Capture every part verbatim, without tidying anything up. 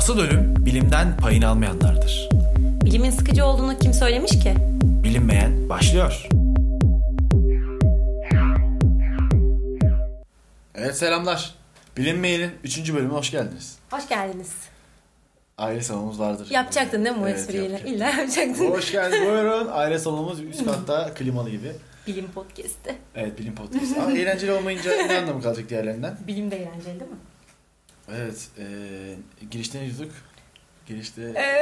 Asıl ölüm bilimden payını almayanlardır. Bilimin sıkıcı olduğunu kim söylemiş ki? Bilinmeyen başlıyor. Evet, selamlar. Bilinmeyenin üçüncü bölümüne hoş geldiniz. Hoş geldiniz. Aile salonumuz vardır. Yapacaktın değil mi bu evet, espriyle? yapacaktım. İlla yapacaktın. Hoş geldin. Buyurun. Aile salonumuz üst katta klimalı gibi. Bilim podcast'i. Evet, bilim podcast'i. Ama eğlenceli olmayınca ne anlamı kalacak diğerlerinden? Bilim de eğlenceli değil mi? Evet. E, girişte ne diyorduk? Girişte...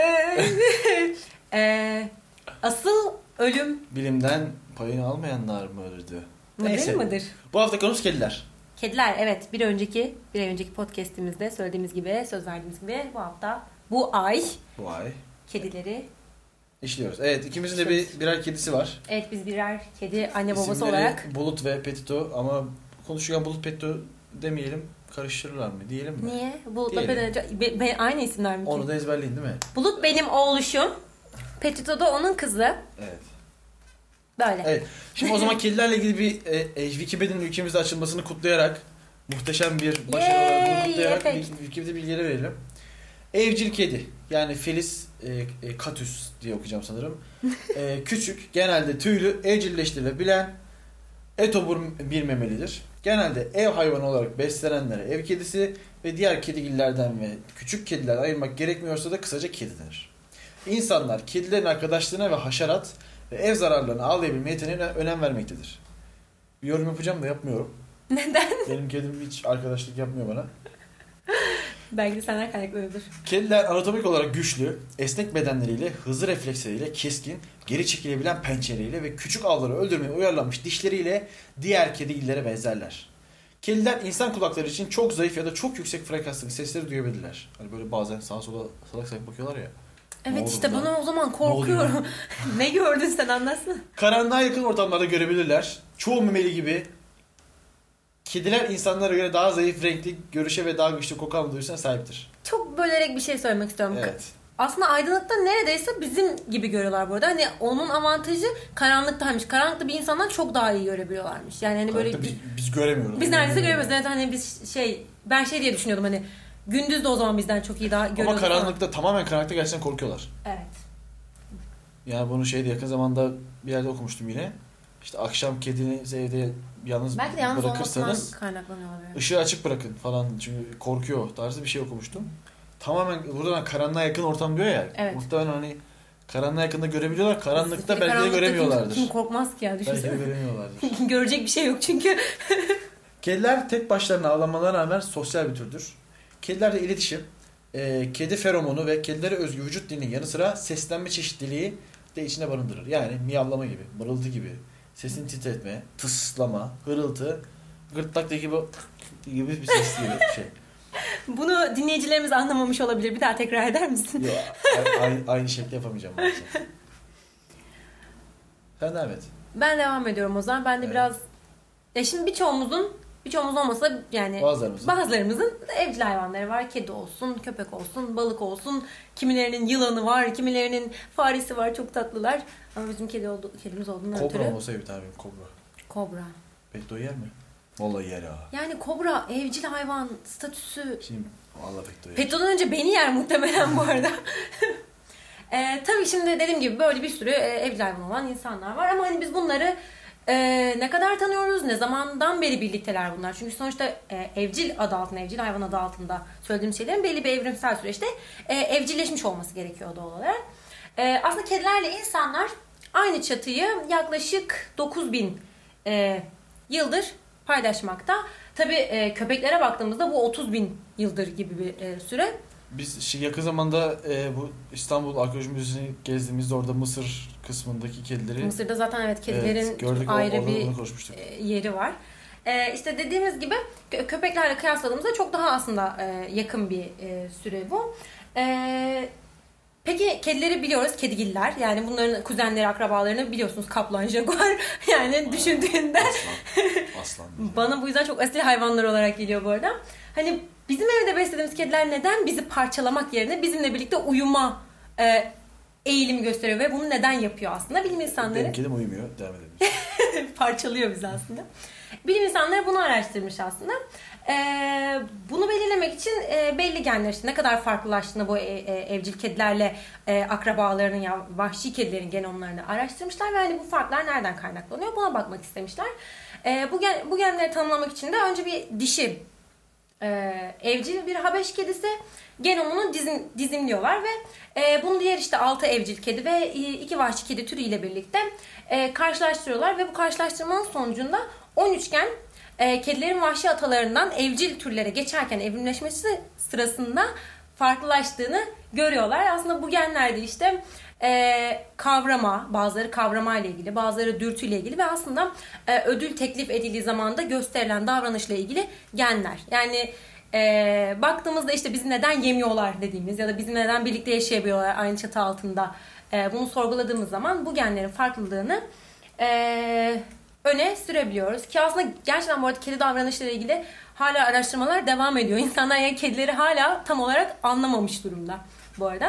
ee, asıl ölüm... Bilimden payını almayanlar mı öldü? Neyse. Değil midir? Bu hafta konumuz kediler. Kediler, evet. Bir önceki bir önceki podcast'imizde söylediğimiz gibi, söz verdiğimiz gibi bu hafta, bu ay... Bu ay... Kedileri... İşliyoruz. Evet, ikimizin de bir birer kedisi var. Evet, biz birer kedi anne babası İsimleri olarak. Bulut ve Petito, ama konuşurken Bulut Petito demeyelim, karıştırırlar mı diyelim mi? Niye? Bulut'la Petito be, be, aynı isimler mi ki? Onu da ezberleyin değil mi? Bulut benim oğluşum. Petito da onun kızı. Evet. Böyle. Evet. Şimdi o zaman kedilerle ilgili bir e, e, Wikipedia'nın ülkemizde açılmasını kutlayarak, muhteşem bir başarı olarak bunu kutlayarak Yay, Wikipedia bilgileri verelim. Evcil kedi, yani Felis e, e, Catus diye okuyacağım sanırım. e, küçük, genelde tüylü, evcilleştirilebilen etobur bir memelidir. Genelde ev hayvanı olarak beslenenlere ev kedisi ve diğer kedigillerden ve küçük kediler ayırmak gerekmiyorsa da kısaca kedi denir. İnsanlar kedilerin arkadaşlığına ve haşerat ve ev zararlarını avlayabilme yeteneğine önem vermektedir. Bir yorum yapacağım da yapmıyorum. Neden? Benim kedim hiç arkadaşlık yapmıyor bana. Belki de senden kaynaklanıyordur. Kediler anatomik olarak güçlü, esnek bedenleriyle, hızlı refleksleriyle, keskin, geri çekilebilen pençeleriyle ve küçük avları öldürmeye uyarlanmış dişleriyle diğer kedigillere benzerler. Kediler insan kulakları için çok zayıf ya da çok yüksek frekanslı sesleri duyabilirler. Hani böyle bazen sağa sola salak salak bakıyorlar ya. Evet, işte bana o zaman korkuyorum. Ne, ne gördün sen, anlatsana. Karanlığa yakın ortamlarda görebilirler. Çoğu memeli gibi kediler insanlara göre daha zayıf renkli, görüşe ve daha güçlü koku alma duyusuna sahiptir. Çok bölerek bir şey söylemek istiyorum. Evet. Aslında aydınlıkta neredeyse bizim gibi görüyorlar bu arada. Hani onun avantajı karanlıktaymış. Karanlıkta bir insandan çok daha iyi görebiliyorlarmış. Yani hani böyle biz, biz göremiyoruz. Biz neredeyse göremiyoruz. Yani hani biz şey, ben şey diye düşünüyordum, hani gündüz de o zaman bizden çok iyi daha görüyoruz. Ama karanlıkta falan. Tamamen karanlıkta gerçekten korkuyorlar. Evet. Yani bunu şeyde yakın zamanda bir yerde okumuştum yine. İşte akşam kedinizi evde yalnız belki de yalnız bırakırsanız kaynaklanıyorlar. Yani. Işığı açık bırakın falan, çünkü korkuyor tarzı bir şey okumuştum. Tamamen buradan karanlığa yakın ortam diyor ya. Evet. Muhtemelen hani karanlığa yakında görebiliyorlar. Karanlıkta belki de göremiyorlardır. Kim, kim korkmaz ki ya, düşünsene. Belki de göremiyorlardır. Görecek bir şey yok çünkü. Kediler tek başlarına avlanmalarına rağmen sosyal bir türdür. Kedilerle iletişim, e, kedi feromonu ve kedilere özgü vücut dilinin yanı sıra seslenme çeşitliliği de içine barındırır. Yani miyavlama gibi, mırıltı gibi, sesini titretme, tıslama, hırıltı, gırtlaktaki gibi, gibi bir ses gibi bir şey. Bunu dinleyicilerimiz anlamamış olabilir. Bir daha tekrar eder misin? Yok, aynı, aynı şekilde yapamayacağım. Sen devam et. Ben devam ediyorum o zaman. Ben de evet. biraz... Ya şimdi birçoğumuzun, birçoğumuz olmasa yani... Bazılarımızın. Bazılarımızın evcil hayvanları var. Kedi olsun, köpek olsun, balık olsun. Kimilerinin yılanı var, kimilerinin faresi var. Çok tatlılar. Ama bizim kedi oldu, kedimiz olduğundan kobra ötürü... Kobra olsa bir tane kobra. Kobra. Petito yer mi? Vallahi yer ha. Yani kobra evcil hayvan statüsü. Şimdi vallahi Petito yer. Petito'dan önce beni yer muhtemelen bu arada. e, tabii şimdi dediğim gibi böyle bir sürü e, evcil hayvan olan insanlar var ama hani biz bunları e, ne kadar tanıyoruz, ne zamandan beri birlikteler bunlar. Çünkü sonuçta e, evcil adı altında, evcil hayvan adı altında söylediğim şeylerin belli bir evrimsel süreçte e, evcilleşmiş olması gerekiyor doğal olarak. E, aslında kedilerle insanlar aynı çatıyı yaklaşık dokuz bin e, yıldır paylaşmakta. Tabii e, köpeklere baktığımızda bu otuz bin yıldır gibi bir e, süre. Biz yakın zamanda e, bu İstanbul Arkeoloji Müzesi'ni gezdiğimizde orada Mısır kısmındaki kedileri... Mısır'da zaten evet kedilerin evet, gördük, ayrı o, bir e, yeri var. E, işte dediğimiz gibi köpeklerle kıyasladığımızda çok daha aslında e, yakın bir e, süre bu. E, Peki kedileri biliyoruz, kedigiller. Yani bunların kuzenleri, akrabalarını biliyorsunuz. Kaplan, jaguar. Yani düşündüğünde aslan, aslan bana bu yüzden çok asil hayvanlar olarak geliyor bu arada. Hani bizim evde beslediğimiz kediler neden bizi parçalamak yerine bizimle birlikte uyuma e, eğilimi gösteriyor ve bunu neden yapıyor aslında bilim insanları? Benim kedim uyumuyor, devam edelim. Parçalıyor bizi aslında. Bilim insanları bunu araştırmış aslında. Ee, bunu belirlemek için e, belli genler işte ne kadar farklılaştığını bu e, e, evcil kedilerle e, akrabalarının ya vahşi kedilerin genomlarını araştırmışlar ve hani bu farklar nereden kaynaklanıyor buna bakmak istemişler. E, bu, gen, bu genleri tanımlamak için de önce bir dişi e, evcil bir Habeş kedisi genomunu dizim, dizimliyorlar ve e, bunu diğer işte altı evcil kedi ve iki vahşi kedi türüyle birlikte e, karşılaştırıyorlar ve bu karşılaştırmanın sonucunda on üç gen e, kedilerin vahşi atalarından evcil türlere geçerken evrimleşmesi sırasında farklılaştığını görüyorlar. Aslında bu genlerde işte e, kavrama, bazıları kavrama ile ilgili, bazıları dürtü ile ilgili ve aslında e, ödül teklif edildiği zamanda gösterilen davranışla ilgili genler. Yani e, baktığımızda işte bizi neden yemiyorlar dediğimiz ya da bizim neden birlikte yaşayabiliyorlar aynı çatı altında e, bunu sorguladığımız zaman bu genlerin farklılığını e, öne sürebiliyoruz. Ki aslında gerçekten bu arada kedi davranışları ile ilgili hala araştırmalar devam ediyor. İnsanlar yani kedileri hala tam olarak anlamamış durumda bu arada.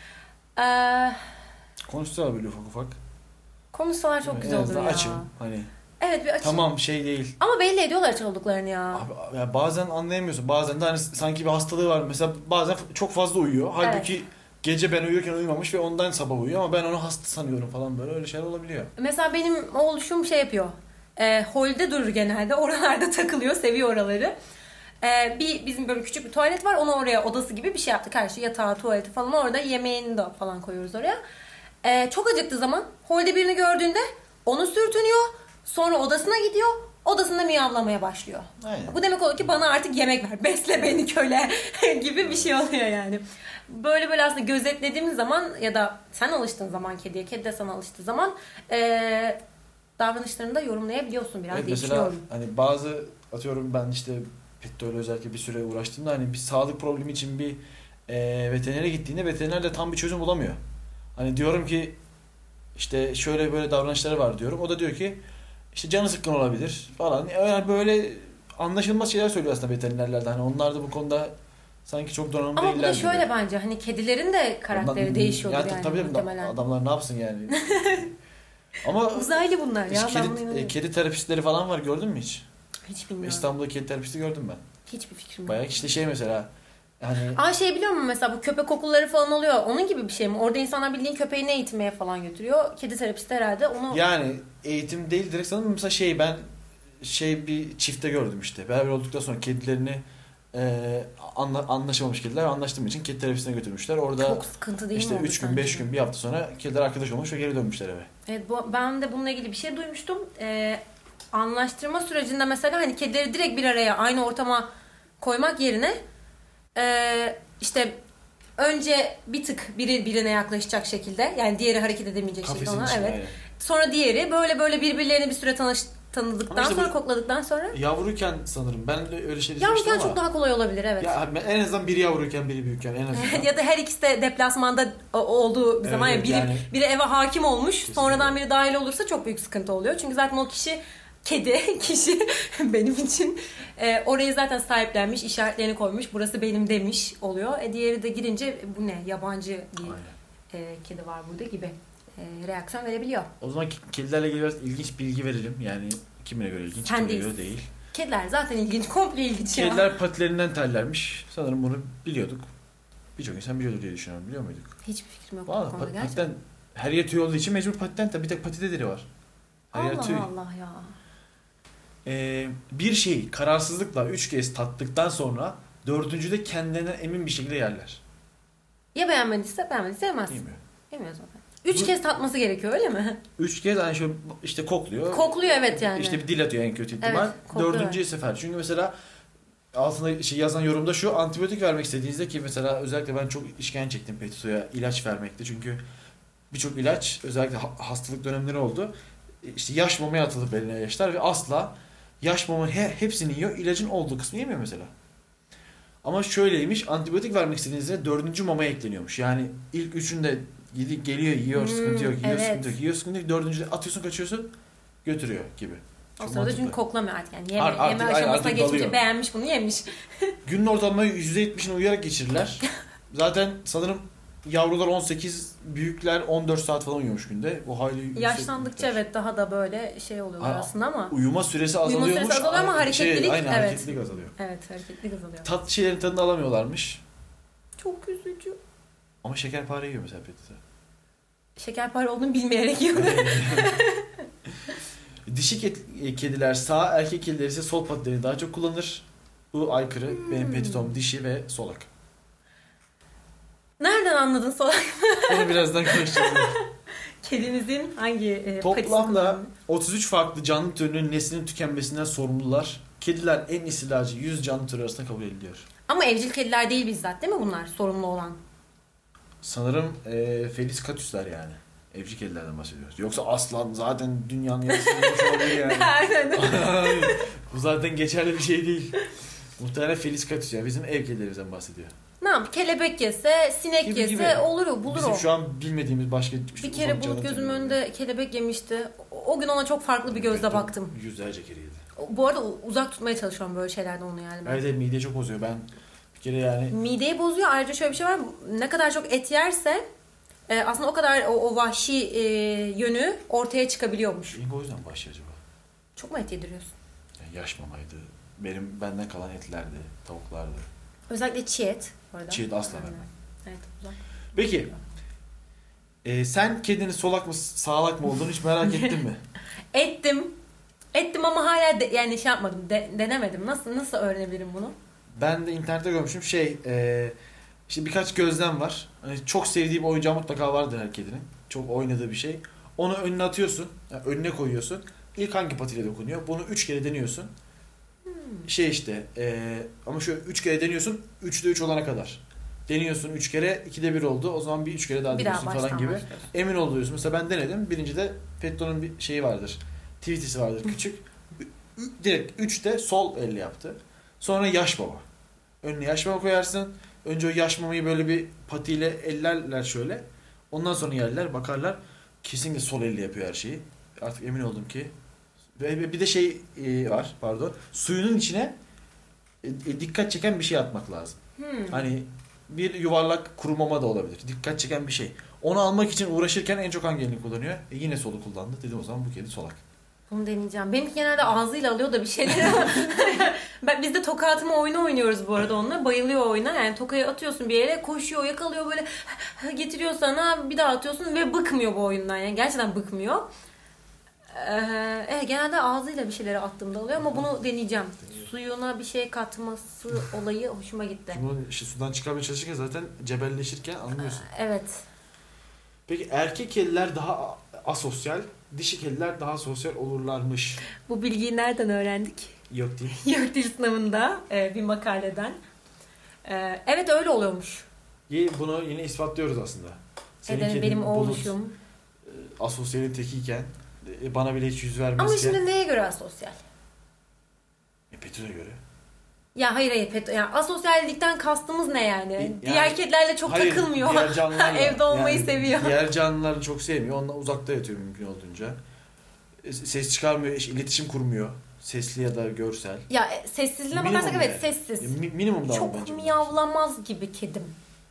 Ee, Konuşsalar böyle ufak ufak. Konuşsalar çok güzel olur ya. Açım hani. Evet bir açım. Tamam şey değil. Ama belli ediyorlar aç olduklarını ya. Abi, ya bazen anlayamıyorsun. Bazen de hani sanki bir hastalığı var. Mesela bazen çok fazla uyuyor. Halbuki evet. Gece ben uyurken uyumamış ve ondan sabah uyuyor ama ben onu hasta sanıyorum falan böyle öyle şeyler olabiliyor. Mesela benim oğluşum şey yapıyor. E, holde durur genelde. Oralarda takılıyor. Seviyor oraları. E, bir bizim böyle küçük bir tuvalet var. Onu oraya odası gibi bir şey yaptık. Her şey yatağı, tuvaleti falan orada. Yemeğini de falan koyuyoruz oraya. E, çok acıktığı zaman holde birini gördüğünde onu sürtünüyor. Sonra odasına gidiyor. Odasında miyavlamaya başlıyor. Aynen. Bu demek oluyor ki bana artık yemek ver. Besle beni köle gibi bir şey oluyor yani. Böyle böyle aslında gözetlediğimiz zaman ya da sen alıştığın zaman kediye, kedi de sana alıştığı zaman e, davranışlarını da yorumlayabiliyorsun biraz. Evet, mesela hani bazı atıyorum ben işte Petto'yla özellikle bir süre uğraştığımda hani bir sağlık problemi için bir e, veterinere gittiğinde veteriner de tam bir çözüm bulamıyor. Hani diyorum ki işte şöyle böyle davranışları var diyorum. O da diyor ki işte canı sıkkın olabilir falan. Yani böyle anlaşılmaz şeyler söylüyor aslında veterinerlerden. Hani onlar da bu konuda sanki çok donanımlı değiller gibi. Ama bu da şöyle gibi. Bence hani kedilerin de karakteri Ondan, değişiyordur yani, yani tabii muhtemelen. Adamlar ne yapsın yani. Ama uzaylı bunlar ya. Kedi, kedi terapistleri falan var gördün mü hiç? Hiç bilmiyorum. İstanbul'da kedi terapisti gördüm ben. Hiçbir fikrim yok. Bayağı işte şey mesela yani... Aa şey biliyor musun mesela bu köpek okulları falan oluyor. Onun gibi bir şey mi? Orada insanlar bildiğin köpeğini eğitmeye falan götürüyor. Kedi terapisti herhalde onu... Yani eğitim değil direkt sanırım mesela şey ben şey bir çifte gördüm işte. Beraber olduktan sonra kedilerini e, anla, anlaşamamış kediler anlaştığım için kedi terapistine götürmüşler. Orada çok sıkıntı değil işte mi? İşte üç gün beş gün bir hafta sonra kediler arkadaş olmuş ve geri dönmüşler eve. Evet bu, ben de bununla ilgili bir şey duymuştum. Ee, anlaştırma sürecinde mesela hani kedileri direkt bir araya aynı ortama koymak yerine e, işte önce bir tık biri birine yaklaşacak şekilde yani diğeri hareket edemeyecek şekilde ona evet. Aynen. Sonra diğeri böyle böyle birbirlerini bir süre tanış, tanıdıktan işte sonra kokladıktan sonra. Yavruyken sanırım ben de öyle şeyler yavruyken ama. Çok daha kolay olabilir evet. Ya en azından biri yavruyken biri büyükken en azından. Ya da her ikisi de deplasmanda olduğu bir zaman evet, biri yani. Biri eve hakim olmuş kesinlikle. Sonradan biri dahil olursa çok büyük sıkıntı oluyor. Çünkü zaten o kişi kedi kişi benim için e, orayı zaten sahiplenmiş, işaretlerini koymuş. Burası benim demiş oluyor. E, diğeri de girince bu ne? Yabancı bir e, kedi var burada gibi e, reaksiyon verebiliyor. O zaman kedilerle ilgili biraz ilginç bilgi verelim. Yani kimine göre ilginç, kimine göre değil. Kediler zaten ilginç, komple ilginç Kediler ya. Kediler patilerinden terlermiş. Sanırım bunu biliyorduk. Birçok insan biliyordur diye düşünüyorum. Biliyor muyduk? Hiçbir fikrim yok. Valla pat, patiden her yer tüy olduğu için mecbur patiden tabii bir tek patide deri var. Her Allah yer tüy. Allah ya. Ee, bir şeyi kararsızlıkla üç kez tattıktan sonra dördüncüde kendilerinden emin bir şekilde yerler. Ya beğenmediyse beğenmediyse yemez. Yemiyor. Yemiyor zaten. Üç Bu, kez tatması gerekiyor öyle mi? Üç kez yani şöyle işte kokluyor. Kokluyor evet yani. İşte bir dil atıyor en kötü ihtimal. Evet, dördüncü sefer. Çünkü mesela altında şey yazan yorumda şu antibiyotik vermek istediğinizde ki mesela özellikle ben çok işkence çektim Petito'ya ilaç vermekte. Çünkü birçok ilaç özellikle hastalık dönemleri oldu. İşte yaş mamaya atılıp eline yaşlar ve asla yaş mamanın he, hepsini yiyor. İlacın olduğu kısmı yemiyor mesela. Ama şöyleymiş antibiyotik vermek istediğinizde dördüncü mamaya ekleniyormuş. Yani ilk üçünde geliyor yiyor hmm, sıkıntı yok yiyor evet. sıkıntı yok yiyor sıkıntı yok. Dördüncüde atıyorsun kaçıyorsun götürüyor gibi. Çok o sırada mantıklı. Çünkü koklamıyor artık yani yeme, Ar- yeme aşamasına geçince beğenmiş bunu yemiş. Günün ortalama yüzde yetmişini uyuyarak geçirirler. Zaten sanırım yavrular on sekiz, büyükler on dört saat falan uyuyormuş günde. Bu hayli yüksek Yaşlandıkça miktar. evet daha da böyle şey oluyorlar Ha, aslında ama. Uyuma süresi azalıyormuş. Uyuma süresi azalıyor ama hareketlilik, şey, aynen, evet. hareketlilik azalıyor. Evet, hareketlilik azalıyor. Tat şeylerin tadını alamıyorlarmış. Çok üzücü. Ama şekerpare yiyor mesela Petit'e. Şekerpare olduğunu bilmeyerek yiyorum. Dişi ked- kediler sağ, erkek kediler ise sol patilerini daha çok kullanır. Bu aykırı. Hmm. Benim Petitom dişi ve solak. Nereden anladın solak? Onu birazdan konuşacağız. Kedinizin hangi e, Toplamda otuz üç farklı canlı türünün neslinin tükenmesinden sorumlular. Kediler en istilacı yüz canlı tür arasında kabul ediliyor. Ama evcil kediler değil bizzat değil mi bunlar sorumlu olan? Sanırım e, Felis Catus'lar yani. Evcil kedilerden bahsediyoruz. Yoksa aslan zaten dünyanın yarısını yemiş olabilir yani. Bu zaten geçerli bir şey değil. Muhtemelen Felis Catus yani bizim ev kedilerimizden bahsediyor. Ne yap? Kelebek yese, sinek Gibi yese gibi. olur o, bulur Bizim o. şu an bilmediğimiz başka Bir kere Bulut gözümün önünde kelebek yemişti. O, o gün ona çok farklı bir gözle baktım. Yüzlerce kere yedi. Bu arada uzak tutmaya çalışıyorum böyle şeylerden onu yani. Ben. Evet, evet, mide çok bozuyor. Ben bir kere yani... Mideyi bozuyor. Ayrıca şöyle bir şey var. Ne kadar çok et yerse e, aslında o kadar o, o vahşi e, yönü ortaya çıkabiliyormuş. İlk o yüzden başlıyor acaba. Çok mu et yediriyorsun? Yani yaş mamaydı. Benim benden kalan etlerdi, tavuklardı. Özellikle çiğ et. Orada. Çiğ et asla Aynen. vermem. Evet, uzak. Peki. E, sen kedinin solak mı sağlak mı olduğunu hiç merak ettin mi? Ettim. Ettim ama hala de, yani şey yapmadım. De, denemedim. Nasıl nasıl öğrenebilirim bunu? Ben de internette görmüşüm şey e, işte birkaç gözlem var. Hani çok sevdiği bir oyuncağı mutlaka vardır her kedinin. Çok oynadığı bir şey. Onu önüne atıyorsun. Yani önüne koyuyorsun. İlk hangi patiyle dokunuyor? Bunu üç kere deniyorsun. Hmm. Şey işte e, ama şöyle üç kere deniyorsun. üçte üç olana kadar. Deniyorsun üç kere. ikide bir oldu. O zaman bir üç kere daha Bir deniyorsun daha falan gibi. başlıyorsun. Emin oluyorsun. Mesela ben denedim. Birincide Petto'nun bir şeyi vardır. Tweety'si vardır küçük. Ü- ü- Direkt üçte sol elle yaptı. Sonra yaş baba. Önüne yaş mama koyarsın. Önce o yaş mamayı böyle bir patiyle ellerler şöyle. Ondan sonra yerler, bakarlar. Kesinlikle sol elle yapıyor her şeyi. Artık emin oldum ki. Ve bir de şey e, var, pardon. Suyunun içine e, e, dikkat çeken bir şey atmak lazım. Hmm. Hani bir yuvarlak kuru mama da olabilir. Dikkat çeken bir şey. Onu almak için uğraşırken en çok hangi elini kullanıyor? E, yine solu kullandı. Dedim o zaman bu kedi solak. Bunu deneyeceğim. Benimki genelde ağzıyla alıyor da bir şeyleri ama ben, biz de toka atma oyunu oynuyoruz bu arada onunla. Bayılıyor oyuna. Yani tokayı atıyorsun bir yere, koşuyor, yakalıyor böyle getiriyor sana, bir daha atıyorsun ve bıkmıyor bu oyundan. Yani gerçekten bıkmıyor. Ee, eh, genelde ağzıyla bir şeyleri attığımda oluyor ama bunu deneyeceğim. Suyuna bir şey katması olayı hoşuma gitti. Bunu işte sudan çıkarmaya çalışırken zaten cebelleşirken anlıyorsun. Evet. Peki erkek kediler daha asosyal, dişi kediler daha sosyal olurlarmış. Bu bilgiyi nereden öğrendik? Yok değil. Yok dil sınavında e, bir makaleden. E, evet öyle oluyormuş. Bunu yine ispatlıyoruz aslında. Senin Eden kedin benim Bulut, oğluşum. e, asosyalin tekiyken e, bana bile hiç yüz vermezken. Ama şimdi neye göre asosyal? E, Petit'e göre. Ya hayır hayır pet yani asosyallikten kastımız ne yani? Yani- Diğer kedilerle çok Hayır, takılmıyor. diğer canlılarla. Evde olmayı Yani seviyor. Diğer canlıları çok sevmiyor. Onunla uzakta yatıyor mümkün olduğunca. E, Ses çıkarmıyor, iş- iletişim kurmuyor. Sesli ya da görsel. Ya e, sessizliğine Minimum bakarsak evet yani. sessiz. E, mi- minimum davranış bence. Çok bu. miyavlamaz gibi kedim.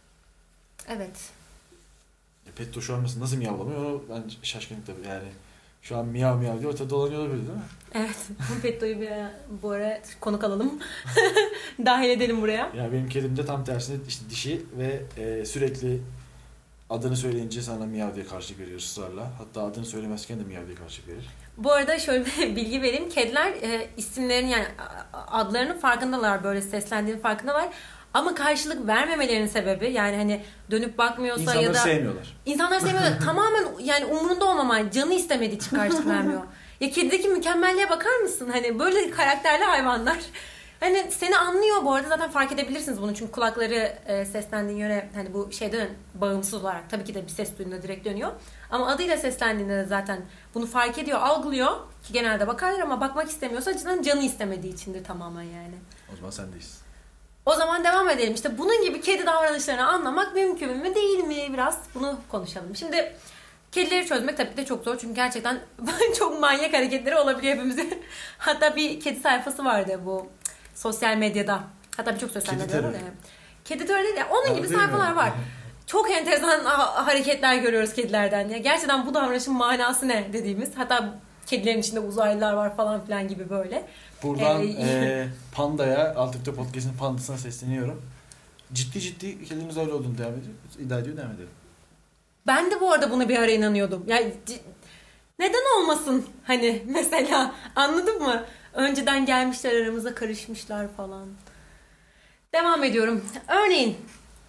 Evet. E, Petto şu an mesela nasıl miyavlamıyor onu ben şaşkınlık tabii yani. Şu an miyav miyav diye ortada dolanıyor olabilir değil mi? Evet. Petto'yu bir bu ara konuk alalım. Dahil edelim buraya. Ya benim kedim de tam tersine işte dişi ve e, sürekli adını söyleyince sana miyav diye karşılık veriyor ısrarla. Hatta adını söylemezken de miyav diye karşılık verir. Bu arada şöyle bir bilgi vereyim. Kediler e, isimlerin yani adlarının farkındalar. Böyle seslendiğinin farkındalar. Ama karşılık vermemelerinin sebebi yani hani dönüp bakmıyorsa İnsanları ya da sevmiyorlar. İnsanlar sevmiyor. Tamamen yani umurunda olmaman, canı istemediği için karşılık vermiyor. Ya kedideki mükemmelliğe bakar mısın? Hani böyle karakterli hayvanlar. Hani seni anlıyor bu arada zaten fark edebilirsiniz bunu çünkü kulakları e, seslendiğin yöne hani bu şeyden bağımsız olarak tabii ki de bir ses duyduğunda direkt dönüyor. Ama adıyla seslendiğinde de zaten bunu fark ediyor, algılıyor ki genelde bakarlar ama bakmak istemiyorsa cidden canı istemediği içindir tamamen yani. O zaman sendeyiz. O zaman devam edelim. İşte bunun gibi kedi davranışlarını anlamak mümkün mü değil mi? Biraz bunu konuşalım. Şimdi kedileri çözmek tabii ki de çok zor. Çünkü gerçekten çok manyak hareketleri olabiliyor hepimizin. Hatta bir kedi sayfası vardı bu sosyal medyada. Hatta birçok sosyal Kedi medyada var terörü. ya. Kedi terörü değil ya. Onun Ya, gibi değil sayfalar mi? var. çok enteresan ha- hareketler görüyoruz kedilerden. Ya gerçekten bu davranışın manası ne dediğimiz. Hatta kedilerin içinde uzaylılar var falan filan gibi böyle. Buradan Ee, e, Panda'ya, Altıkta Podcast'ın Panda'sına sesleniyorum. Ciddi ciddi kedinin uzaylı olduğunu devam ediyor. İddia ediyor, devam edelim. Ben de bu arada buna bir ara inanıyordum. Yani c- neden olmasın hani mesela, anladın mı? Önceden gelmişler aramıza, karışmışlar falan. Devam ediyorum. Örneğin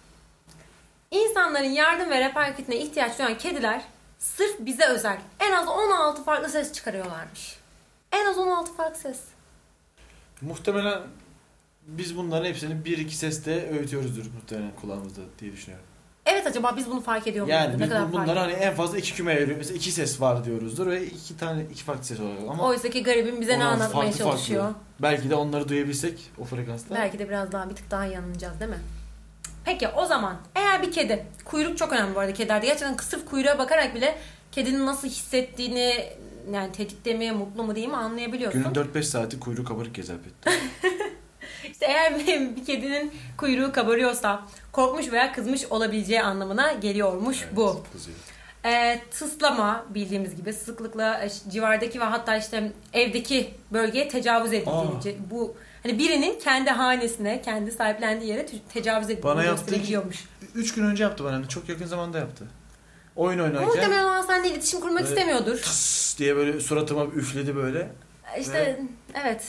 insanların yardım ve refakatine ihtiyaç duyan kediler sırf bize özel en az on altı farklı ses çıkarıyorlarmış. En az on altı farklı ses. Muhtemelen biz bunların hepsini bir iki seste öğütüyoruzdur muhtemelen kulağımızda diye düşünüyorum. Evet, acaba biz bunu fark ediyor muyuz? Yani Ne biz kadar bu- fark bunları hani ediyor? en fazla iki küme ayırıyoruz. Mesela iki ses var diyoruzdur ve iki tane iki farklı ses olarak. Ama Oysa ki garibim bize ne on altı anlatmaya farklı çalışıyor. farklı. Belki de onları duyabilsek o frekansta. Belki de biraz daha bir tık daha yanılacağız değil mi? Peki o zaman eğer bir kedi, kuyruk çok önemli bu arada kedilerde. Gerçekten sırf kuyruğa bakarak bile kedinin nasıl hissettiğini, yani tetikte mi, mutlu mu değil mi anlayabiliyorsun. Günün dört beş saati kuyruğu kabarık gezer pet. İşte eğer bir, bir kedinin kuyruğu kabarıyorsa korkmuş veya kızmış olabileceği anlamına geliyormuş Evet, bu. kızıyor. E, tıslama bildiğimiz gibi sıklıkla e, civardaki ve hatta işte evdeki bölgeye tecavüz edildiğini, bu hani birinin kendi hanesine, kendi sahiplendiği yere te- tecavüz edildiğini Bana yaptı. gösterebiliyormuş. Üç gün önce yaptı bana. Çok yakın zamanda yaptı. Oyun oynarken Muhtemelen o an seninle iletişim kurmak böyle istemiyordur. tıs diye böyle suratıma üfledi böyle. İşte evet.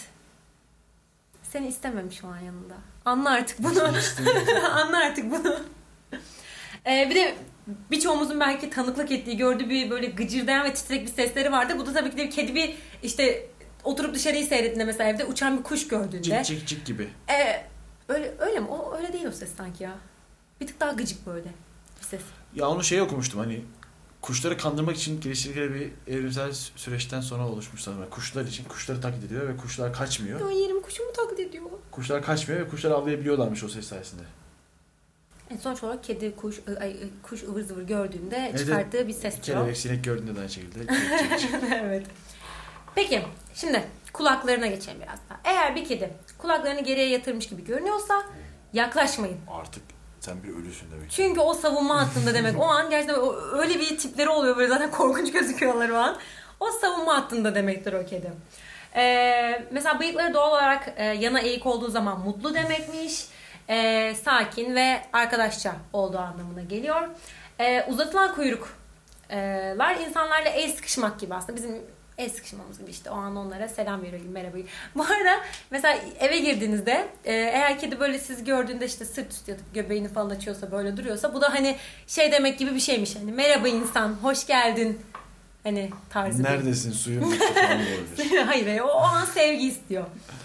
Seni istememiş o an yanında. Anla artık bunu. Anla artık bunu. Ee, bir de birçoğumuzun belki tanıklık ettiği, gördüğü bir böyle gıcırdayan ve titrek bir sesleri vardı. Bu da tabii ki de bir kedi, bir işte oturup dışarıyı seyrettiğinde mesela evde uçan bir kuş gördüğünde. Cik cik cik gibi. Ee, öyle öyle mi? O öyle değil o ses sanki ya. Bir tık daha gıcık böyle bir ses. Ya onu şey okumuştum hani kuşları kandırmak için geliştirdikleri bir evrimsel süreçten sonra oluşmuş sanırım. Yani kuşlar için kuşları taklit ediyor ve kuşlar kaçmıyor. Ya yerim, kuşumu taklit ediyor. Kuşlar kaçmıyor ve kuşlar avlayabiliyorlarmış o ses sayesinde. En sonuç olarak kedi, kuş, ay, ay, kuş ıvır zıvır gördüğünde Evet, çıkarttığı bir ses. Kelebek, sinek gördüğünde de aynı şekilde. Cik cik cik. Evet. Peki şimdi kulaklarına geçelim biraz daha. Eğer bir kedi kulaklarını geriye yatırmış gibi görünüyorsa yaklaşmayın. Artık sen bir ölüsün demek. Çünkü o savunma hattında demek. O an gerçekten o- öyle bir tipleri oluyor, böyle zaten korkunç gözüküyorlar o an. O savunma hattında demektir o kedi. Ee, mesela bıyıkları doğal olarak e, yana eğik olduğu zaman mutlu demekmiş. Ee, sakin ve arkadaşça olduğu anlamına geliyor. Ee, uzatılan kuyruklar insanlarla el sıkışmak gibi aslında. Bizim el sıkışmamız gibi, işte o an onlara selam veriyor gibi, merhaba. Bu arada mesela eve girdiğinizde e, eğer kedi böyle sizi gördüğünde işte sırt üstü yatıp göbeğini falan açıyorsa, böyle duruyorsa, bu da hani şey demek gibi bir şeymiş. Hani merhaba insan, hoş geldin hani tarzı. bir- Neredesin suyun bitti falan olabilir. Hayır, hayır, o, o an sevgi istiyor.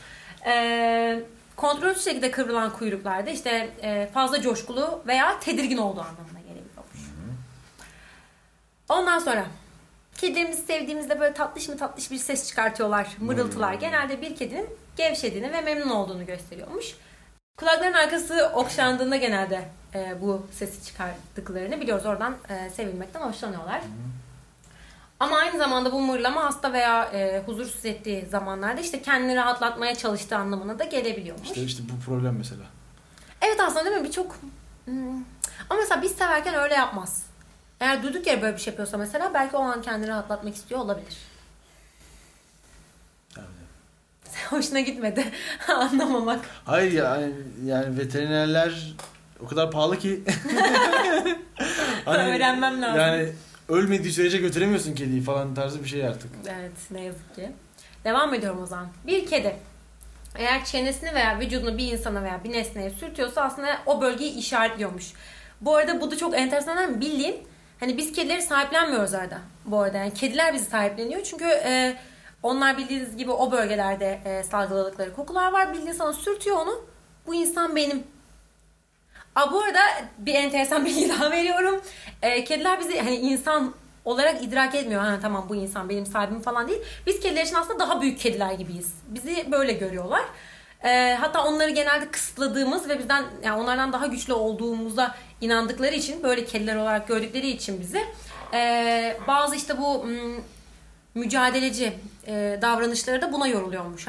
Ee, kontrolsüz şekilde kıvrılan kuyruklarda işte e, fazla coşkulu veya tedirgin olduğu anlamına gelebiliyormuş. Ondan sonra kedilerimizi sevdiğimizde böyle tatlış mı tatlış bir ses çıkartıyorlar. Mırıltılar genelde bir kedinin gevşediğini ve memnun olduğunu gösteriyormuş. Kulakların arkası okşandığında genelde e, bu sesi çıkarttıklarını biliyoruz. Oradan e, sevilmekten hoşlanıyorlar. Ama aynı zamanda bu mırlama hasta veya e, huzursuz ettiği zamanlarda işte kendini rahatlatmaya çalıştığı anlamına da gelebiliyormuş. İşte işte bu problem mesela. Evet, aslında değil mi? Birçok... Hmm. Ama mesela biz severken öyle yapmaz. Eğer durduk yere böyle bir şey yapıyorsa mesela, belki o an kendini rahatlatmak istiyor olabilir. Yani. Hoşuna gitmedi anlamamak. Hayır yani, yani veterinerler o kadar pahalı ki. Öğrenmem lazım. Yani ölmediği sürece götüremiyorsun kediyi falan tarzı bir şey artık. Evet, ne yazık ki. Devam ediyorum o zaman. Bir kedi eğer çenesini veya vücudunu bir insana veya bir nesneye sürtüyorsa aslında o bölgeyi işaretliyormuş. Bu arada bu da çok enteresan değil mi? Bildiğin hani biz kedileri sahiplenmiyoruz arada bu arada. Yani kediler bizi sahipleniyor. Çünkü e, onlar bildiğiniz gibi o bölgelerde e, salgıladıkları kokular var. Bildiğin sana sürtüyor onu. Bu insan benim. Aa, bu arada bir enteresan bilgi daha veriyorum. E, kediler bizi hani insan olarak idrak etmiyor. Ha, tamam, bu insan benim sahibim falan değil. Biz kediler için aslında daha büyük kediler gibiyiz. Bizi böyle görüyorlar. E, hatta onları genelde kısıtladığımız ve bizden, yani onlardan daha güçlü olduğumuza inandıkları için, böyle kediler olarak gördükleri için bizi e, bazı işte bu m, mücadeleci e, davranışları da buna yoruluyormuş. Hani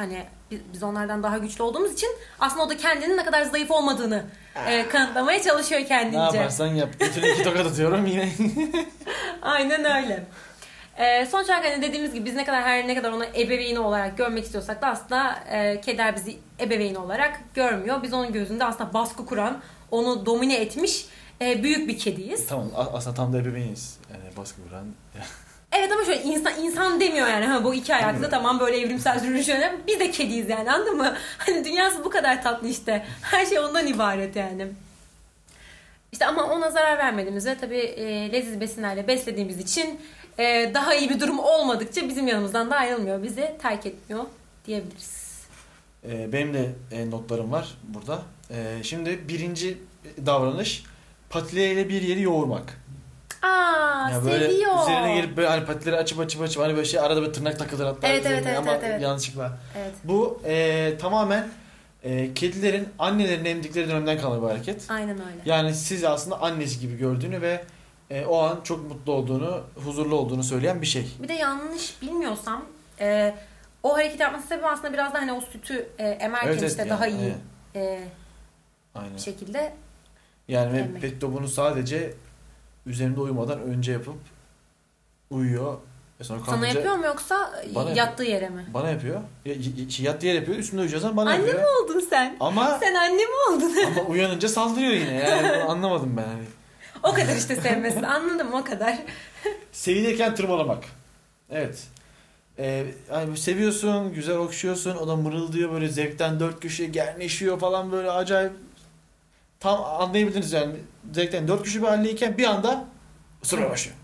Biz, biz onlardan daha güçlü olduğumuz için aslında o da kendinin ne kadar zayıf olmadığını e, kanıtlamaya çalışıyor kendince. Ne yaparsan yap. Götüne iki tokat atıyorum yine. Aynen öyle. E, sonuç olarak hani dediğimiz gibi biz ne kadar her ne kadar onu ebeveyni olarak görmek istiyorsak da aslında e, kediler bizi ebeveyni olarak görmüyor. Biz onun gözünde aslında baskı kuran, onu domine etmiş e, büyük bir kediyiz. Tamam aslında tam da ebeveyniz. Yani baskı vuran. Evet ama şöyle insan insan demiyor yani ha, bu iki ayaklı tamam böyle evrimsel sürüşüne biz de kediyiz yani, anladın mı? Hani dünyası bu kadar tatlı işte. Her şey ondan ibaret yani. İşte ama ona zarar vermediğimizde tabii e, leziz besinlerle beslediğimiz için e, daha iyi bir durum olmadıkça bizim yanımızdan da ayrılmıyor. Bizi terk etmiyor diyebiliriz. E, benim de e, notlarım var burada. E, şimdi birinci davranış patileriyle bir yeri yoğurmak. Aa, ya böyle seviyor. Üzerine gelip böyle hani patileri açıp açıp açıp hani böyle şey arada bir tırnak takılır hatta. Evet evet evet, ama evet evet. yanlışlıkla. Evet. Bu e, tamamen e, kedilerin annelerin emdikleri dönemden kalan bir hareket. Aynen öyle. Yani sizi aslında annesi gibi gördüğünü ve e, o an çok mutlu olduğunu, huzurlu olduğunu söyleyen bir şey. Bir de yanlış bilmiyorsam e, o hareket yapması sebebi aslında biraz da hani o sütü e, emerken Evet, işte evet, daha yani, iyi evet. e, Aynen. bir şekilde Yani ve emmek. Petto bunu sadece üzerinde uyumadan önce yapıp uyuyor. Ve sonra Sana kalkınca yapıyor mu yoksa Bana yattığı yere mi? bana yapıyor. Ya, y- y- yattığı yer yapıyor. Üstünde uyuyacağız ama bana Anne yapıyor. mi oldun sen? Ama Sen anne mi oldun? ama uyanınca saldırıyor yine. Yani bunu anlamadım ben hani. O kadar işte sevmesi. Anladım, o kadar. Sevilirken tırmalamak. Evet. Ee, yani seviyorsun, güzel okşuyorsun, o da mırıldıyor böyle zevkten dört köşeye gerneşiyor falan böyle acayip. Tam anlayabildiniz yani zevkten dört köşe bir haldeyken bir anda ısırmaya başlıyor.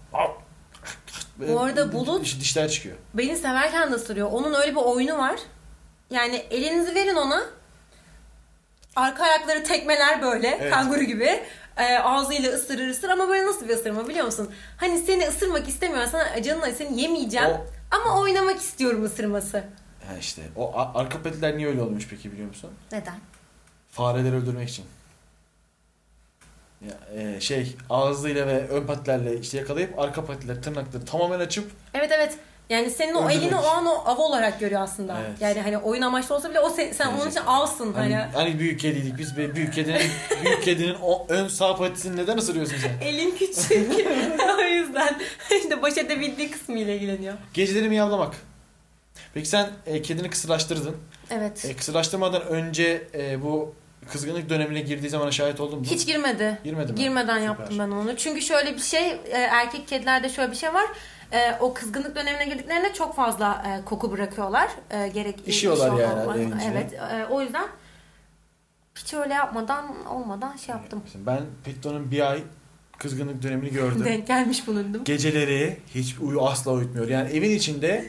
Bu arada Bulut Diş, dişler çıkıyor. beni severken de ısırıyor. Onun öyle bir oyunu var. Yani elinizi verin ona. Arka ayakları tekmeler böyle Evet. kanguru gibi. E, ağzıyla ısırır ısır ama böyle nasıl bir ısırma biliyor musun? Hani seni ısırmak istemiyorsan canına seni yemeyeceğim. O- Ama oynamak istiyorum ısırması. Ha işte o a- arka patiler niye öyle olmuş peki biliyor musun? Neden? Fareleri öldürmek için. Ya, e, şey ağzıyla ve ön patilerle işte yakalayıp arka patiler tırnakları tamamen açıp Evet evet. Yani senin o Öldürmek. elini o an o av olarak görüyor aslında. Evet. Yani hani oyun amaçlı olsa bile o sen, sen onun için avsın hani, hani. hani büyük kediydik biz ve büyük kedinin büyük kedinin o ön sağ patisini neden ısırıyorsun sen? Elin küçük. O yüzden işte baş edebildiği kısmıyla ilgileniyor. Geceleri miyavlamak. Peki sen e, kedini kısırlaştırdın. Evet. E, kısırlaştırmadan önce e, bu kızgınlık dönemine girdiği zamana şahit oldun mu? Hiç girmedi. Girmedi mi? Girmeden Süper. yaptım ben onu. Çünkü şöyle bir şey, e, erkek kedilerde şöyle bir şey var. E, o kızgınlık dönemine girdiklerinde çok fazla e, koku bırakıyorlar. E, gerek İşiyorlar iş yani olmaz. evin içine. Evet. E, o yüzden hiç öyle yapmadan olmadan şey yaptım. Ben Petto'nun bir ay kızgınlık dönemini gördüm. Denk gelmiş bulundum. Geceleri hiç uyu asla uyutmuyor. Yani evin içinde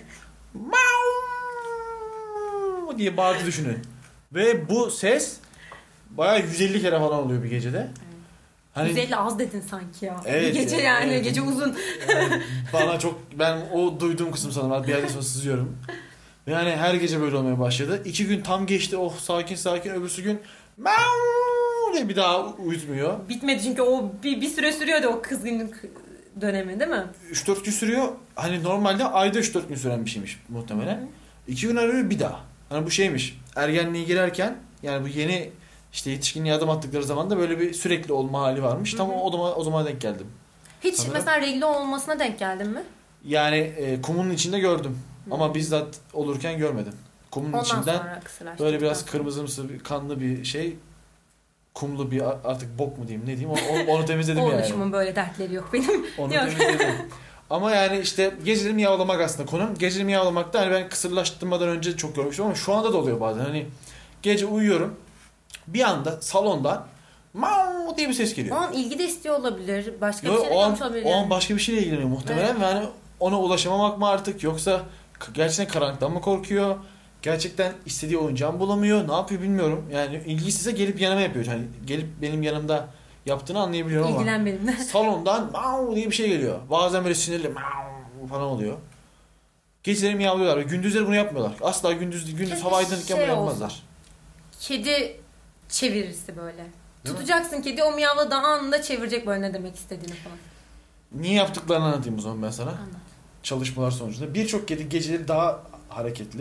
"Miau" diye bağırdı düşünün. Ve bu ses bayağı yüz elli kere falan oluyor bir gecede. Hani yüz elli az dedin sanki ya. Evet bir gece ya, yani evet. gece uzun. yani bana çok ben o duyduğum kısım sanırım. Bir ayda sonra sızıyorum. Yani her gece böyle olmaya başladı. İki gün tam geçti. Oh sakin sakin. Öbürsü gün "Miau" diye bir daha uyutmuyor. Bitmedi çünkü o bir, bir süre sürüyordu o kızgınlık dönemi değil mi? üç dört gün sürüyor. Hani normalde ayda üç dört gün süren bir şeymiş muhtemelen. iki gün arıyor bir daha. Hani bu şeymiş. Ergenliğe girerken yani bu yeni işte yetişkinliğe adım attıkları zaman da böyle bir sürekli olma hali varmış. Tam o zaman o zaman denk geldim. Hiç Sanırım. mesela regl olmasına denk geldin mi? Yani e, kumunun içinde gördüm. Ama bizzat olurken görmedim. Kumunun Ondan içinden sonra kısırlaştı. böyle biraz kırmızımsı bir kanlı bir şey, kumlu bir artık bok mu diyeyim ne diyeyim onu, onu temizledim yani. Oğluşumun böyle dertleri yok benim. Onu Yok. temizledim. Ama yani işte geceleri miyavlamak aslında konum. Geceleri miyavlamakta hani ben kısırlaştırmadan önce çok görmüştüm ama şu anda da oluyor bazen. Hani gece uyuyorum. Bir anda salondan "Mau" diye bir ses geliyor. O an ilgi de istiyor olabilir. Başka Yo, bir şeyle o, an, yapmış olabilir. o yani. an başka bir şeyle ilgileniyor muhtemelen Evet. ve hani ona ulaşamamak mı artık yoksa k- gerçekten karanlıktan mı korkuyor? Gerçekten istediği oyuncağını bulamıyor. Ne yapıyor bilmiyorum. Yani ilgisizse gelip yanıma yapıyor. Hani gelip benim yanımda yaptığını anlayabiliyorum ama İlgilen benimle. salondan "Mau" diye bir şey geliyor. Bazen böyle sinirli "Mau" falan oluyor. Geceleri miyavlıyorlar. ve Gündüzleri bunu yapmıyorlar. Asla gündüz gündüz Keşke hava aydınlıkken şey bunu yapmazlar. Kedi çevirisi böyle. Değil Tutacaksın kedi o miyavladığı anında çevirecek böyle ne demek istediğini falan. Niye yaptıklarını anlatayım o zaman ben sana. Anlat. Çalışmalar sonucunda. Birçok kedi geceleri daha hareketli.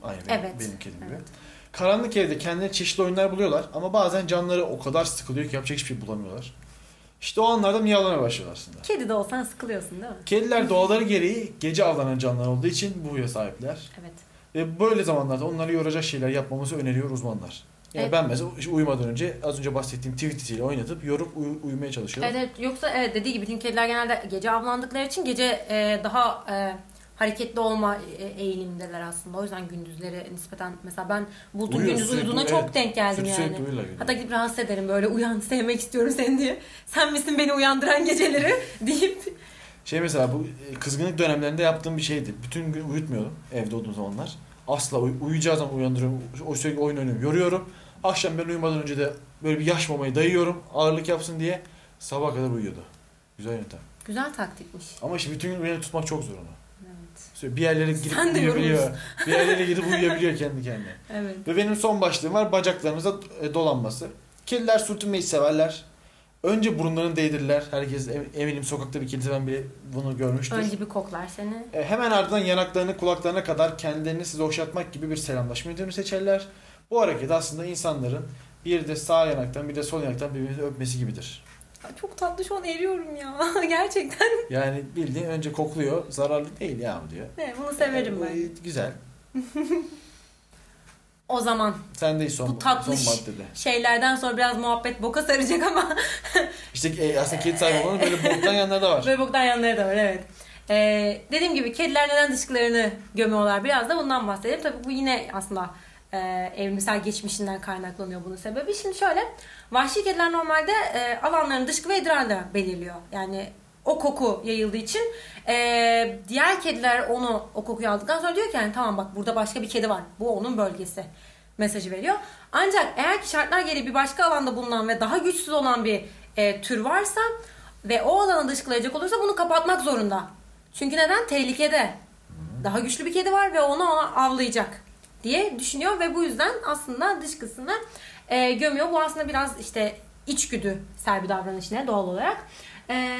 Aynı benim, Evet. benim kedim gibi. Evet. Karanlık evde kendileri çeşitli oyunlar buluyorlar ama bazen canları o kadar sıkılıyor ki yapacak hiçbir şey bulamıyorlar. İşte o anlarda miyavlamaya başlıyorlar aslında. Kedi de olsan sıkılıyorsun değil mi? Kediler doğaları gereği gece avlanan canlılar olduğu için bu huya sahipler. Evet. Ve böyle zamanlarda onları yoracak şeyler yapmamızı öneriyor uzmanlar. Yani Evet. ben mesela uyumadan önce az önce bahsettiğim Tweety ile oynatıp yorup uy- uyumaya çalışıyorum. Evet, yoksa evet dediği gibi çünkü kediler genelde gece avlandıkları için gece e, daha e, hareketli olma e, eğilimindeler aslında. O yüzden gündüzleri nispeten mesela ben Bulut'un Uyuyor, gündüz sürekli, uyuduğuna evet. çok denk geldim Sürekli, yani. sürekli uyuyorlar. Hatta gidip rahatsız ederim böyle uyan sevmek istiyorum seni diye. Sen misin beni uyandıran geceleri deyip. Şey mesela bu e, kızgınlık dönemlerinde yaptığım bir şeydi. Bütün gün uyutmuyordum evde olduğum zamanlar. Asla uy- uyuyacağı zaman uyandırıyorum. O sürekli oyun oynuyorum. Yoruyorum. Akşam ben uyumadan önce de böyle bir yaş mamayı dayıyorum. Ağırlık yapsın diye. Sabaha kadar uyuyordu. Güzel yöntem. Güzel taktikmiş. Ama işte bütün gün uyanık tutmak çok zor onu. Evet. Bir yerlere girip Sen de uyuyabiliyor. yorulursun. Bir yerlere girip uyuyabiliyor kendi kendine. Evet. Ve benim son başlığım var bacaklarınıza e, dolanması. Kediler sürtünmeyi severler. Önce burunlarını değdirirler. Herkes em- eminim sokakta bir kedi seven biri bunu görmüştür. Önce bir koklar seni. E, hemen ardından yanaklarını kulaklarına kadar kendilerini size okşatmak gibi bir selamlaşma yöntemini seçerler. Bu hareket aslında insanların bir de sağ yanaktan bir de sol yanaktan birbirini öpmesi gibidir. Çok tatlı şu an eriyorum ya. Gerçekten. Yani bildiğin önce kokluyor. Zararlı değil ya diyor. Evet, bunu severim E, ben. e, Güzel. O zaman Sen de son, bu tatlı son maddede. şeylerden sonra biraz muhabbet boka saracak ama İşte e, aslında kedi sahibi olanın böyle boktan yanları da var. böyle boktan yanları da var, evet. Ee, dediğim gibi kediler neden dışkılarını gömüyorlar, biraz da bundan bahsedelim. Tabii bu yine aslında e, evrimsel geçmişinden kaynaklanıyor bunun sebebi. Şimdi şöyle, vahşi kediler normalde e, alanlarını dışkı ve idrarla belirliyor. Yani o koku yayıldığı için e, diğer kediler onu o kokuyu aldıktan sonra diyor ki yani tamam bak burada başka bir kedi var. Bu onun bölgesi mesajı veriyor. Ancak eğer ki şartlar gereği bir başka alanda bulunan ve daha güçsüz olan bir e, tür varsa ve o alanı dışkılayacak olursa bunu kapatmak zorunda. Çünkü neden? Tehlikede. Daha güçlü bir kedi var ve onu avlayacak diye düşünüyor ve bu yüzden aslında dışkısını e, gömüyor. Bu aslında biraz işte içgüdüsel bir davranış yine doğal olarak. E,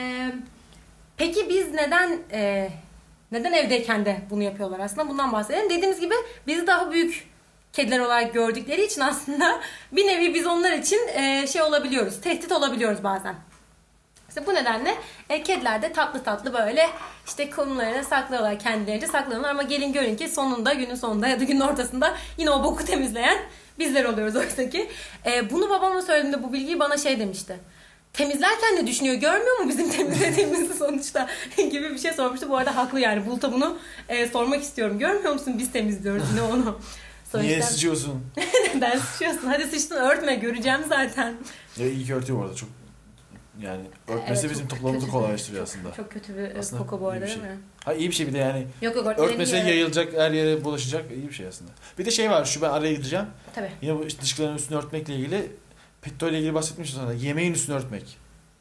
peki biz neden e, neden evdeyken de bunu yapıyorlar aslında? Bundan bahsedelim. Dediğimiz gibi bizi daha büyük kediler olarak gördükleri için aslında bir nevi biz onlar için e, şey olabiliyoruz, tehdit olabiliyoruz bazen. İşte bu nedenle e, kediler de tatlı tatlı böyle işte konumlarına saklıyorlar, kendilerince saklanıyorlar ama gelin görün ki sonunda, günün sonunda ya da günün ortasında yine o boku temizleyen bizler oluyoruz oysa ki. E, bunu babama söylediğimde bu bilgiyi bana şey demişti. Temizlerken de düşünüyor, görmüyor mu bizim temizlediğimizi sonuçta gibi bir şey sormuştu. Bu arada haklı yani. Bulut'a bunu e, sormak istiyorum. Görmüyor musun biz temizliyoruz yine onu. Sonuçta... Niye sıçıyorsun? Neden sıçıyorsun? Hadi sıçtın örtme, göreceğim zaten. Ya iyi ki örtüyor bu arada çok. Yani örtmesi Evet, bizim çok toplumumuzu kötü. kolaylaştırıyor aslında. Çok kötü bir Aslında koku bu arada iyi bir şey. değil mi? Ha iyi bir şey bir de yani. Yok yok örtmelerin Örtmese yere- yayılacak, her yere bulaşacak iyi bir şey aslında. Bir de şey var, şu ben araya gideceğim. Tabii. Yine bu işte dışkıların üstünü örtmekle ilgili petto ile ilgili bahsetmiştim sana. Yemeğin üstünü örtmek.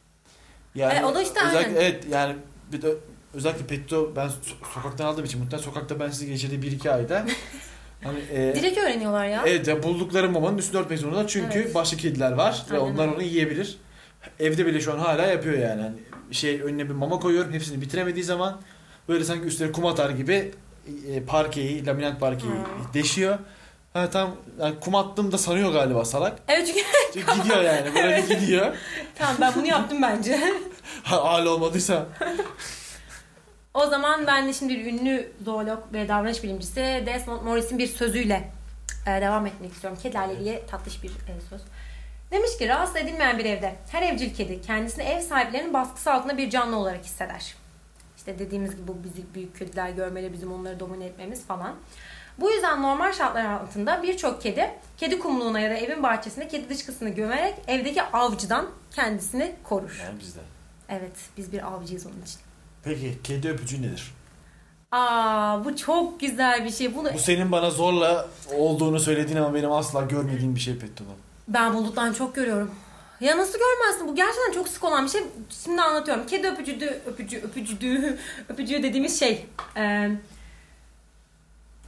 Yani E, o da işte özellikle, aynen. evet yani bir de özellikle petto ben so- sokaktan aldığım için muhtemelen sokakta ben sizi geçirdiği bir iki ayda hani e, Direkt öğreniyorlar ya. evet ya buldukları mamanın üstünü örtmek zorunda çünkü Evet. başka kediler var ve Aynen onlar öyle. onu yiyebilir. Evde bile şu an hala yapıyor yani. Hani şey önüne bir mama koyuyorum hepsini bitiremediği zaman böyle sanki üstüne kum atar gibi e, parkeyi, laminat parkeyi Hmm. deşiyor. Ha tam yani kum attım da sanıyor galiba salak. Evet çünkü Çünkü gidiyor yani böyle bir gidiyor. tamam ben bunu yaptım bence. Ha, hal olmadıysa. O zaman ben de şimdi ünlü zoolog ve davranış bilimcisi Desmond Morris'in bir sözüyle e, devam etmek istiyorum. Kedilerle ilgili tatlış bir e, söz. Demiş ki rahatsız edilmeyen bir evde her evcil kedi kendisini ev sahiplerinin baskısı altında bir canlı olarak hisseder. İşte dediğimiz gibi bu bizi büyük kediler görmeleri, bizim onları domine etmemiz falan. Bu yüzden normal şartlar altında birçok kedi, kedi kumluğuna ya da evin bahçesinde kedi dışkısını gömerek evdeki avcıdan kendisini korur. Yani bizde. Evet, biz bir avcıyız onun için. Peki kedi öpücüğü nedir? Aa, bu çok güzel bir şey. Bunu Bu senin bana zorla olduğunu söylediğin ama benim asla görmediğim bir şey Petto'dan. ben Bulut'tan çok görüyorum. Ya nasıl görmezsin? Bu gerçekten çok sık olan bir şey. Şimdi anlatıyorum. Kedi öpücüğü, öpücüğü, öpücüğü, öpücüğü dediğimiz şey. E,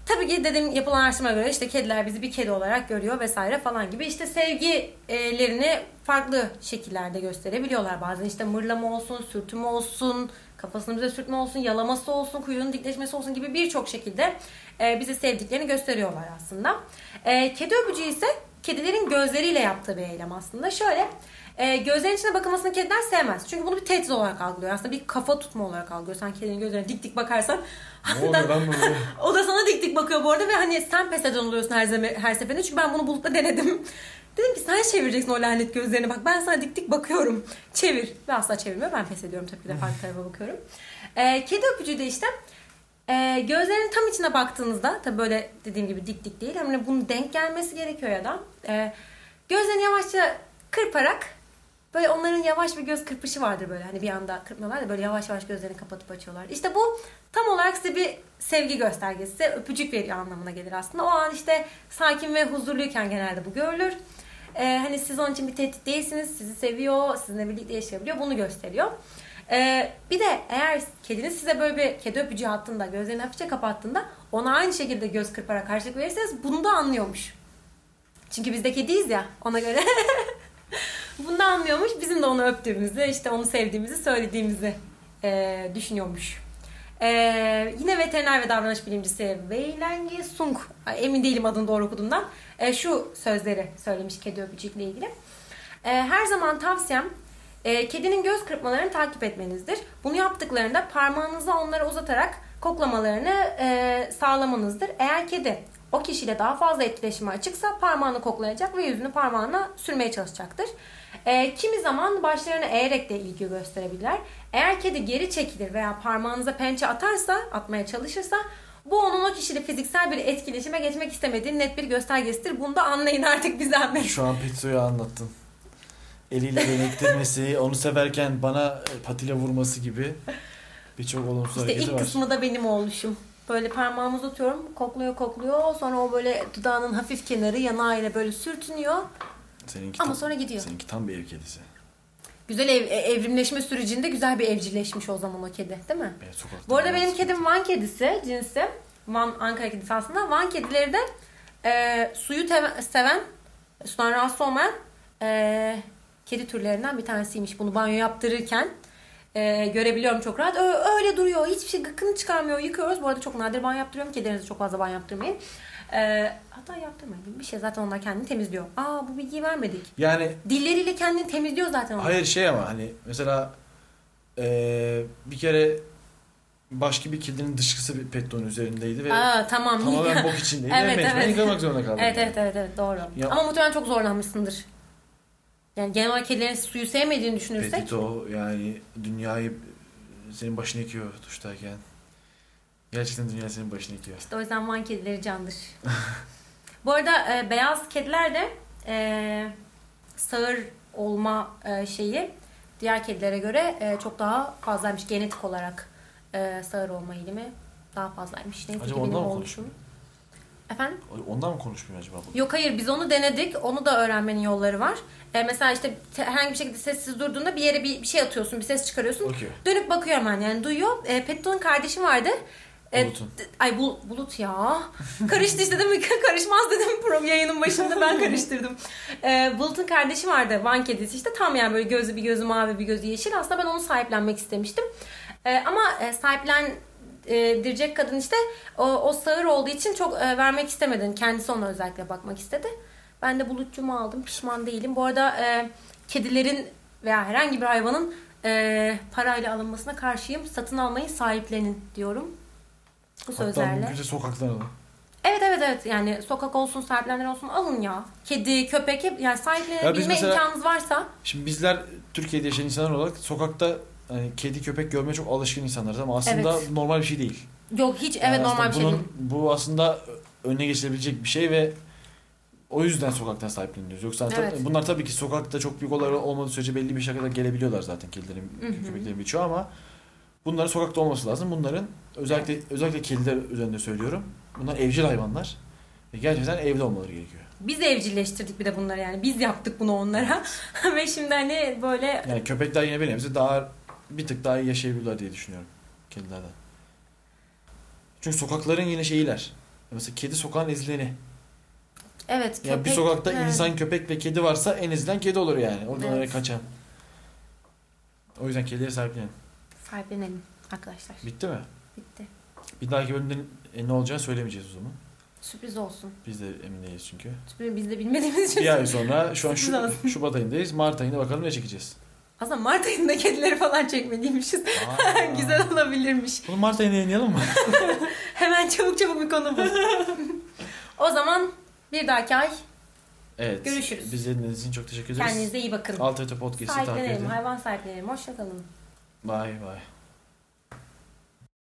Tabii ki dediğim yapılan araştırmaya göre işte kediler bizi bir kedi olarak görüyor vesaire falan gibi. İşte sevgilerini farklı şekillerde gösterebiliyorlar. Bazen işte mırlama olsun, sürtünme olsun, kafasını bize sürtme olsun, yalaması olsun, kuyruğunun dikleşmesi olsun gibi birçok şekilde bizi sevdiklerini gösteriyorlar aslında. Kedi öpücüğü ise kedilerin gözleriyle yaptığı bir eylem aslında. Şöyle, gözlerin içine bakılmasını kediler sevmez. Çünkü bunu bir tehdit olarak algılıyor. Aslında bir kafa tutma olarak algılıyor. Sen kedinin gözlerine dik dik bakarsan ne oluyor lan bu? O da sana dik dik bakıyor bu arada ve hani sen pes eden oluyorsun her, zeme, her seferinde. Çünkü ben bunu Bulut'la denedim. Dedim ki sen çevireceksin o lanet gözlerini, bak ben sana dik dik bakıyorum. Çevir. Ve asla çevirmiyor. Ben pes ediyorum tabii ki de, farklı tarafa bakıyorum. Ee, kedi öpücüğü de işte e, gözlerinin tam içine baktığınızda, tabii böyle dediğim gibi dik dik değil. Hani bunun denk gelmesi gerekiyor ya da. E, gözlerini yavaşça kırparak, böyle onların yavaş bir göz kırpışı vardır böyle. Hani bir anda kırpmıyorlar da böyle yavaş yavaş gözlerini kapatıp açıyorlar. İşte bu tam olarak size bir sevgi göstergesi, öpücük veriyor anlamına gelir aslında. O an işte sakin ve huzurluyken genelde bu görülür. Ee, hani siz onun için bir tehdit değilsiniz, sizi seviyor, sizinle birlikte yaşayabiliyor, bunu gösteriyor. Ee, bir de eğer kediniz size böyle bir kedi öpücüğü attığında, gözlerini hafifçe kapattığında ona aynı şekilde göz kırparak karşılık verirseniz bunu da anlıyormuş. Çünkü biz de kediyiz ya, ona göre. Bunu da anlıyormuş. Bizim de onu öptüğümüzü, işte onu sevdiğimizi söylediğimizi e, düşünüyormuş. E, yine veteriner ve davranış bilimcisi Wei-Lengi Sung, emin değilim adını doğru okuduğumdan, e, şu sözleri söylemiş kedi öpücükle ilgili. E, her zaman tavsiyem e, kedinin göz kırpmalarını takip etmenizdir. Bunu yaptıklarında parmağınızı onlara uzatarak koklamalarını e, sağlamanızdır. Eğer kedi o kişiyle daha fazla etkileşime açıksa parmağını koklayacak ve yüzünü parmağına sürmeye çalışacaktır. E, kimi zaman başlarını eğerek de ilgi gösterebilirler. Eğer kedi geri çekilir veya parmağınıza pençe atarsa, atmaya çalışırsa, bu onun o kişiyle fiziksel bir etkileşime geçmek istemediğinin net bir göstergesidir. Bunu da anlayın artık bir zahmet. Şu an Petso'yu anlattın. Eliyle denettirmesi, onu severken bana patiyle vurması gibi birçok olumsuz işte hareketi var. İşte ilk kısmı da benim oluşum. Böyle parmağımı uzatıyorum, kokluyor kokluyor. Sonra o böyle dudağının hafif kenarı yanağıyla böyle sürtünüyor. Seninki Ama tam, sonra gidiyor. Seninki tam bir ev kedisi. Güzel ev, evrimleşme sürecinde güzel bir evcilleşmiş o zaman o kedi, değil mi? Evet, sokakta. Bu arada benim kedim Van kedisi cinsi. Van Ankara kedisi aslında. Van kedileri de e, suyu te- seven, sudan rahatsız olmayan e, kedi türlerinden bir tanesiymiş. Bunu banyo yaptırırken e, görebiliyorum çok rahat. Ö- öyle duruyor. Hiçbir şey gıkını çıkarmıyor. Yıkıyoruz. Bu arada çok nadir banyo yaptırıyorum. Kedilerinize çok fazla banyo yaptırmayın. E, hatta yaptırmayın gibi bir şey. Zaten onlar kendini temizliyor. Aa, bu bilgiyi vermedik. Yani dilleriyle kendini temizliyor zaten onlar. Hayır şey ama hani mesela ee, bir kere başka bir kedinin dışkısı bir Petto'nun üzerindeydi ve Aa, tamam. tamamen bok içindeydi. Evet, ve mecburen evet. yıkamak zorunda kaldım. Evet, evet evet evet doğru. Ya, ama muhtemelen çok zorlanmışsındır. Yani genel olarak kedilerin suyu sevmediğini düşünürsek. Petito yani dünyayı senin başına yıkıyor duştayken. Gerçekten dünya senin başına yıkıyor. İşte o yüzden Van kedileri candır. Bu arada e, beyaz kediler de e, sağır olma e, şeyi diğer kedilere göre e, çok daha fazlaymış genetik olarak. E, sağır olma eğilimi daha fazlaymış. Neyse Acaba ki benim ondan mı oluşum. konuşmuyor? Efendim? Ondan mı konuşmuyor acaba bu? Yok hayır, biz onu denedik. Onu da öğrenmenin yolları var. E, mesela işte te- herhangi bir şekilde sessiz durduğunda bir yere bir, bir şey atıyorsun, bir ses çıkarıyorsun. Okay. Dönüp bakıyor hemen, yani duyuyor. E, Petto'nun kardeşi vardı. E, Bulut'un. Ay bul, Bulut ya. Karıştı işte, değil mi? Karışmaz dedim program yayının başında, ben karıştırdım. E, Bulut'un kardeşi vardı, Van kedisi işte. Tam yani böyle gözü bir gözü mavi bir gözü yeşil. Aslında ben onu sahiplenmek istemiştim. E, ama e, sahiplen e, direcek kadın işte o, o sağır olduğu için çok e, vermek istemedi. Kendisi ona özellikle bakmak istedi. Ben de Bulut'cumu aldım. Pişman değilim. Bu arada e, kedilerin veya herhangi bir hayvanın e, parayla alınmasına karşıyım. Satın almayı sahiplenin diyorum. Bu sözlerle. Hatta mümkünse sokaktan alın. Evet evet evet, yani sokak olsun, sahiplenenler olsun, alın ya. Kedi, köpek hep yani sahiplenebilme mesela, imkanınız varsa. Şimdi bizler Türkiye'de yaşayan insanlar olarak sokakta hani kedi köpek görmeye çok alışkın insanlarız ama aslında Evet. normal bir şey değil. Yok hiç Yani evet normal bir şey bunun, değil. Bu aslında önüne geçilebilecek bir şey ve o yüzden sokaktan sahipleniyoruz. Yoksa Evet. tabii, bunlar tabii ki sokakta çok büyük olaylar olmadığı sürece belli bir şeye kadar gelebiliyorlar zaten kedilerin, Hı hı. köpeklerin birçoğu ama bunların sokakta olması lazım. Bunların özellikle özellikle kediler üzerinde söylüyorum. Bunlar evcil hayvanlar ve gerçekten evde olmaları gerekiyor. Biz evcilleştirdik bir de bunları yani. Biz yaptık bunu onlara. Ve şimdi hani böyle... Yani köpekler yine bir nebze daha bir tık daha iyi yaşayabilirler diye düşünüyorum kedilerden. Çünkü sokakların yine şeyiler. Mesela kedi sokağın ezileni. Evet. Köpek, Yani bir sokakta he. insan, köpek ve kedi varsa en ezilen kedi olur yani. Oradan Evet. oraya kaçan. O yüzden kedileri sahiplenin. Sahiplenelim arkadaşlar. Bitti mi? Bitti. Bir dahaki bölümde e, ne olacağını söylemeyeceğiz o zaman. Sürpriz olsun. Biz de emin değiliz çünkü. Sürpriz biz de bilmediğimiz için. Bir ay sonra şu an Sürpriz Şubat, olsun. Şubat ayındayız. Mart ayında bakalım ne çekeceğiz. Aslında Mart ayında kedileri falan çekmeliymişiz. Aa. Güzel olabilirmiş. Bunu Mart ayında yayınlayalım mı? Hemen çabuk çabuk bir konu bul. O zaman bir dahaki ay Evet. görüşürüz. Biz dinlediğiniz için çok teşekkür ederiz. Kendinize iyi bakın. Altı Öte Podcast'ı takip Sahiplenelim, edin. hayvan sahiplenelim. Hoşçakalın. Bye bye.